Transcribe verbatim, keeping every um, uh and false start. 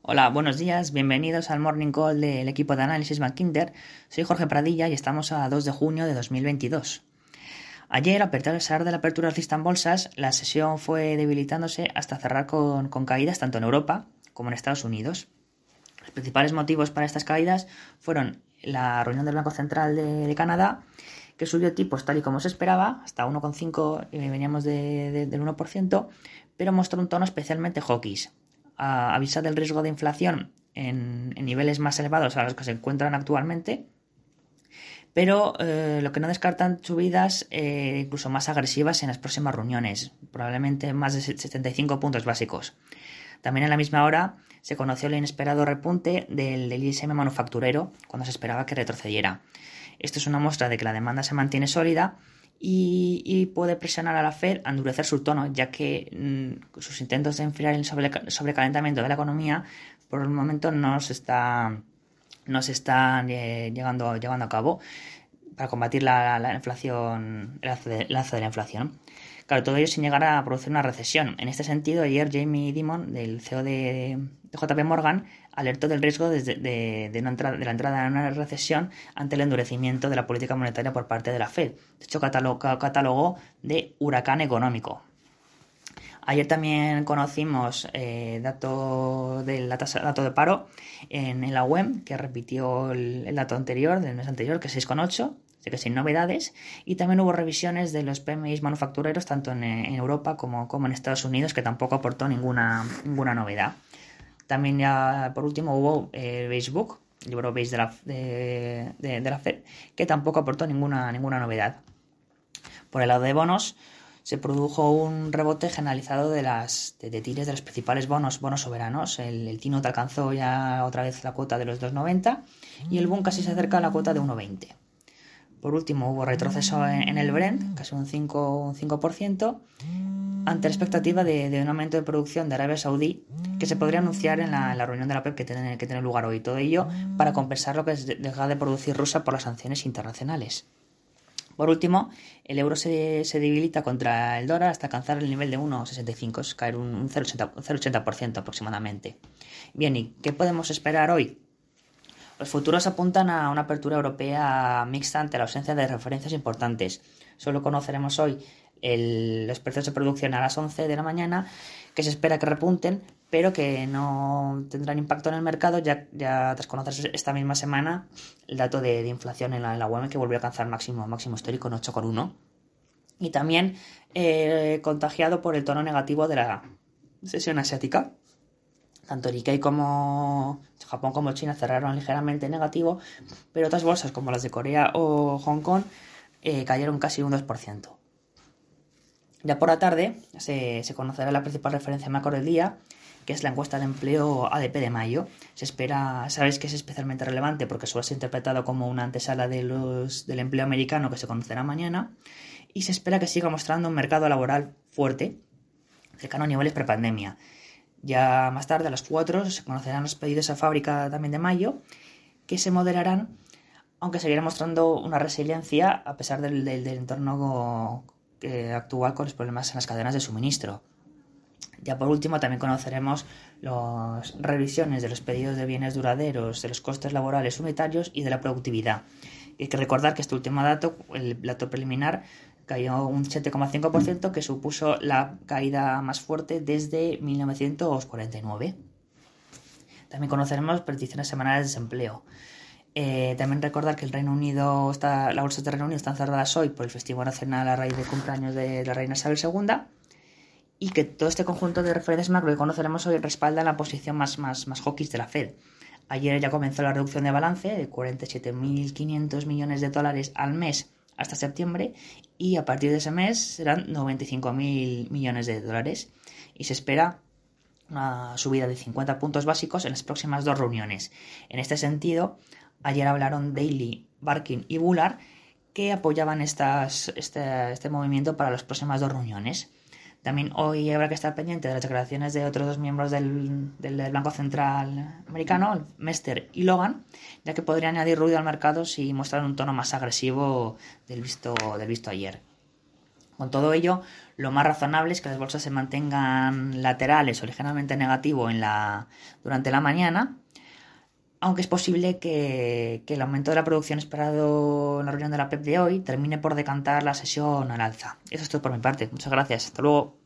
Hola, buenos días, bienvenidos al Morning Call del equipo de análisis Bankinter. Soy Jorge Pradilla y estamos a dos de junio de dos mil veintidós. Ayer, a pesar de la apertura alcista en bolsas, la sesión fue debilitándose hasta cerrar con, con caídas tanto en Europa como en Estados Unidos. Los principales motivos para estas caídas fueron la reunión del Banco Central de, de Canadá, que subió tipos tal y como se esperaba, hasta uno coma cinco y veníamos de, de, del uno por ciento, pero mostró un tono especialmente hawkish. A avisar del riesgo de inflación en, en niveles más elevados a los que se encuentran actualmente, pero eh, lo que no descartan subidas eh, incluso más agresivas en las próximas reuniones, probablemente más de setenta y cinco puntos básicos. También en la misma hora se conoció el inesperado repunte del, del I S M manufacturero cuando se esperaba que retrocediera. Esto es una muestra de que la demanda se mantiene sólida y, y puede presionar a la Fed a endurecer su tono, ya que mmm, sus intentos de enfriar el sobre, sobrecalentamiento de la economía por el momento no se está no se están eh, llegando, llevando a cabo para combatir la, la inflación, el alza de, el alza de la inflación. Claro, todo ello sin llegar a producir una recesión. En este sentido, ayer Jamie Dimon, del C E O de, de J P Morgan, alertó del riesgo de, de, de, una entrada, de la entrada en una recesión ante el endurecimiento de la política monetaria por parte de la Fed. De hecho, catalogó, catalogó de huracán económico. Ayer también conocimos eh, dato de la tasa dato de paro en, en la U E M, que repitió el, el dato anterior, del mes anterior, que es seis coma ocho, así que sin novedades. Y también hubo revisiones de los P M Is manufactureros, tanto en, en Europa como, como en Estados Unidos, que tampoco aportó ninguna, ninguna novedad. También ya, por último, hubo eh, Beige Book, el libro Beige de la, de, de, de la Fed, que tampoco aportó ninguna, ninguna novedad. Por el lado de bonos, se produjo un rebote generalizado de las de, de tires de los principales bonos, bonos soberanos. El, el T-Note alcanzó ya otra vez la cuota de los dos coma noventa y el Bund casi se acerca a la cuota de uno coma veinte. Por último, hubo retroceso en, en el Brent, casi un cinco, un cinco por ciento, ante la expectativa de, de un aumento de producción de Arabia Saudí que se podría anunciar en la, en la reunión de la P E P que tiene, que tiene lugar hoy. Todo ello para compensar lo que deja de producir Rusia por las sanciones internacionales. Por último, el euro se, se debilita contra el dólar hasta alcanzar el nivel de uno coma sesenta y cinco, es caer un cero coma ochenta por ciento aproximadamente. Bien, ¿y qué podemos esperar hoy? Los futuros apuntan a una apertura europea mixta ante la ausencia de referencias importantes. Solo conoceremos hoy el, los precios de producción a las once de la mañana, que se espera que repunten, pero que no tendrán impacto en el mercado, ya, ya tras conocerse esta misma semana el dato de, de inflación en la, en la U E M, que volvió a alcanzar máximo, máximo histórico en ocho coma uno. Y también eh, contagiado por el tono negativo de la sesión asiática. Tanto Nikkei como Japón como China cerraron ligeramente negativo, pero otras bolsas como las de Corea o Hong Kong eh, cayeron casi un dos por ciento. Ya por la tarde se, se conocerá la principal referencia macro del día, que es la encuesta de empleo A D P de mayo. Se espera, sabéis que es especialmente relevante porque suele ser interpretado como una antesala de los, del empleo americano que se conocerá mañana, y se espera que siga mostrando un mercado laboral fuerte, cercano a niveles prepandemia. Ya más tarde, a las cuatro, se conocerán los pedidos a fábrica también de mayo, que se moderarán, aunque seguirán mostrando una resiliencia a pesar del, del, del entorno eh, actual con los problemas en las cadenas de suministro. Ya por último, también conoceremos las revisiones de los pedidos de bienes duraderos, de los costes laborales unitarios y de la productividad. Y hay que recordar que este último dato, el dato preliminar, cayó un siete coma cinco por ciento, que supuso la caída más fuerte desde mil novecientos cuarenta y nueve. También conoceremos predicciones semanales de desempleo. Eh, también recordar que el Reino Unido está, las bolsas de Reino Unido están cerradas hoy por el festivo nacional a raíz del cumpleaños de la reina Isabel segunda, y que todo este conjunto de referencias macro que conoceremos hoy respalda la posición más, más, más hawkish de la Fed. Ayer ya comenzó la reducción de balance de cuarenta y siete mil quinientos millones de dólares al mes hasta septiembre, y a partir de ese mes serán noventa y cinco mil millones de dólares, y se espera una subida de cincuenta puntos básicos en las próximas dos reuniones. En este sentido, ayer hablaron Daly, Barkin y Bullard, que apoyaban estas, este, este movimiento para las próximas dos reuniones. También hoy habrá que estar pendiente de las declaraciones de otros dos miembros del, del, del Banco Central americano, Mester y Logan, ya que podrían añadir ruido al mercado si muestran un tono más agresivo del visto, del visto ayer. Con todo ello, lo más razonable es que las bolsas se mantengan laterales o ligeramente negativo en la, durante la mañana, aunque es posible que, que el aumento de la producción esperado en la reunión de la P E P de hoy termine por decantar la sesión al alza. Eso es todo por mi parte. Muchas gracias. Hasta luego.